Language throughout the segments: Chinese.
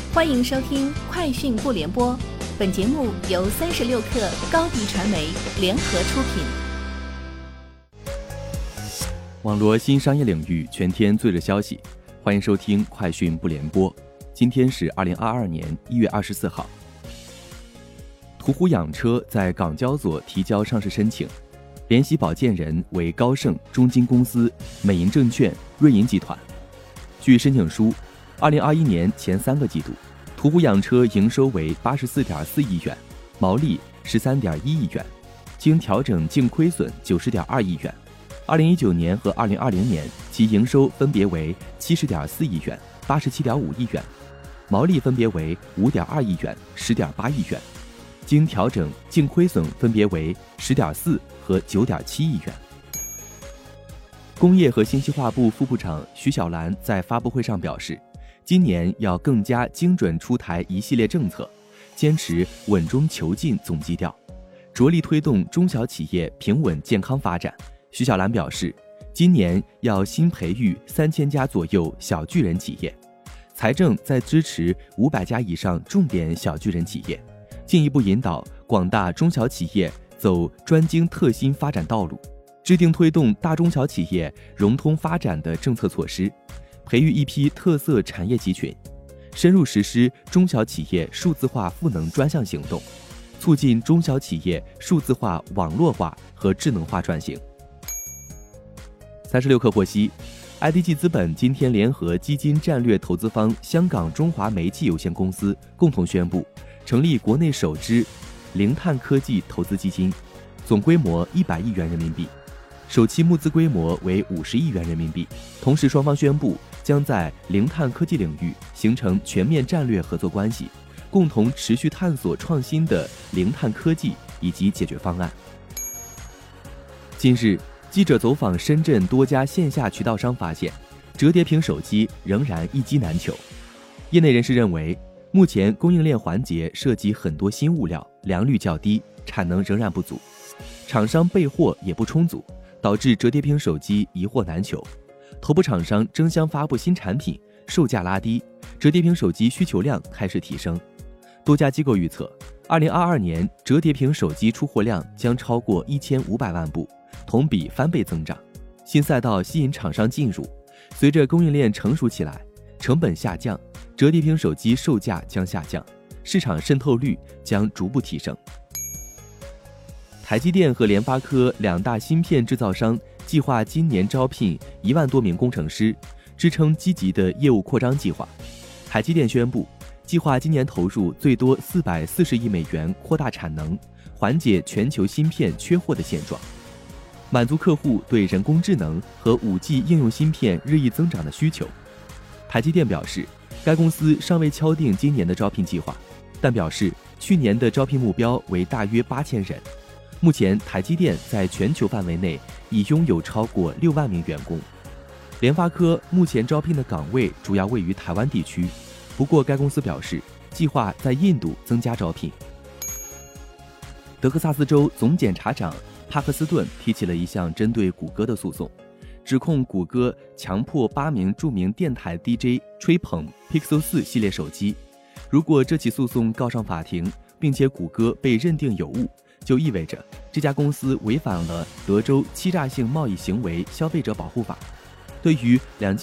欢迎收听快讯不联播，本节目由36克高迪传媒联合出品。 网络新商业领域全天最热消息，欢迎收听快讯不联播。今天是2022年1月24号。途虎养车在港交所提交上市申请，联席保荐人为高盛、中金公司、美银证券、瑞银集团。据申请书，2021年前3个季度，途虎养车营收为84.4亿元，毛利13.1亿元，经调整净亏损90.2亿元。2019年和2020年其营收分别为70.4亿元、87.5亿元，毛利分别为5.2亿元、10.8亿元，经调整净亏损分别为10.4和9.7亿元。工业和信息化部副部长徐小兰在发布会上表示，今年要更加精准出台一系列政策，坚持稳中求进总基调，着力推动中小企业平稳健康发展。徐小兰表示，今年要新培育3000家左右小巨人企业，财政在支持500家以上重点小巨人企业，进一步引导广大中小企业走专精特新发展道路，制定推动大中小企业融通发展的政策措施，培育一批特色产业集群，深入实施中小企业数字化赋能专项行动，促进中小企业数字化、网络化和智能化转型。36氪获悉， IDG 资本今天联合基金战略投资方香港中华煤气有限公司共同宣布，成立国内首支零碳科技投资基金，总规模100亿元人民币，首期募资规模为50亿元人民币。同时，双方宣布将在零碳科技领域形成全面战略合作关系，共同持续探索创新的零碳科技以及解决方案。近日，记者走访深圳多家线下渠道商发现，折叠屏手机仍然一机难求。业内人士认为，目前供应链环节涉及很多新物料，良率较低，产能仍然不足，厂商备货也不充足，导致折叠屏手机一货难求。头部厂商争相发布新产品，售价拉低，折叠屏手机需求量开始提升。多家机构预测，2022年折叠屏手机出货量将超过1500万部，同比翻倍增长。新赛道吸引厂商进入，随着供应链成熟起来，成本下降，折叠屏手机售价将下降，市场渗透率将逐步提升。台积电和联发科两大芯片制造商计划今年招聘1万多名工程师，支撑积极的业务扩张计划。台积电宣布，计划今年投入最多440亿美元扩大产能，缓解全球芯片缺货的现状，满足客户对人工智能和5G 应用芯片日益增长的需求。台积电表示，该公司尚未敲定今年的招聘计划，但表示去年的招聘目标为大约8000人。目前，台积电在全球范围内已拥有超过6万名员工。联发科目前招聘的岗位主要位于台湾地区，不过该公司表示，计划在印度增加招聘。德克萨斯州总检察长帕克斯顿提起了一项针对谷歌的诉讼，指控谷歌强迫8名著名电台 DJ 吹捧 Pixel 4系列手机。如果这起诉讼告上法庭，并且谷歌被认定有误，就意味着这家公司违反了德州欺诈性贸易行为消费者保护法。对于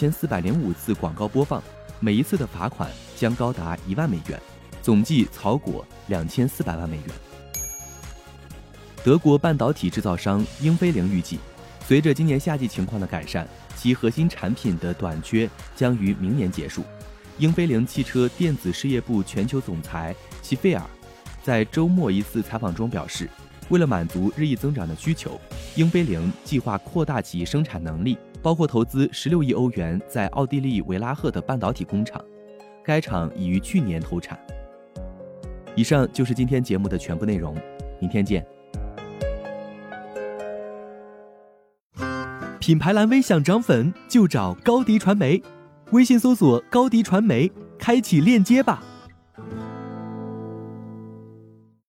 2405次广告播放，每一次的罚款将高达1万美元，总计曹果2400万美元。德国半导体制造商英飞凌预计，随着今年夏季情况的改善，其核心产品的短缺将于明年结束。英飞凌汽车电子事业部全球总裁齐费尔在周末一次采访中表示，为了满足日益增长的需求，英飞凌计划扩大其生产能力，包括投资16亿欧元在奥地利维拉赫的半导体工厂，该厂已于去年投产。以上就是今天节目的全部内容，明天见。 品牌蓝 V 想涨粉就找高迪传媒，微信搜索高迪传媒，开启链接吧。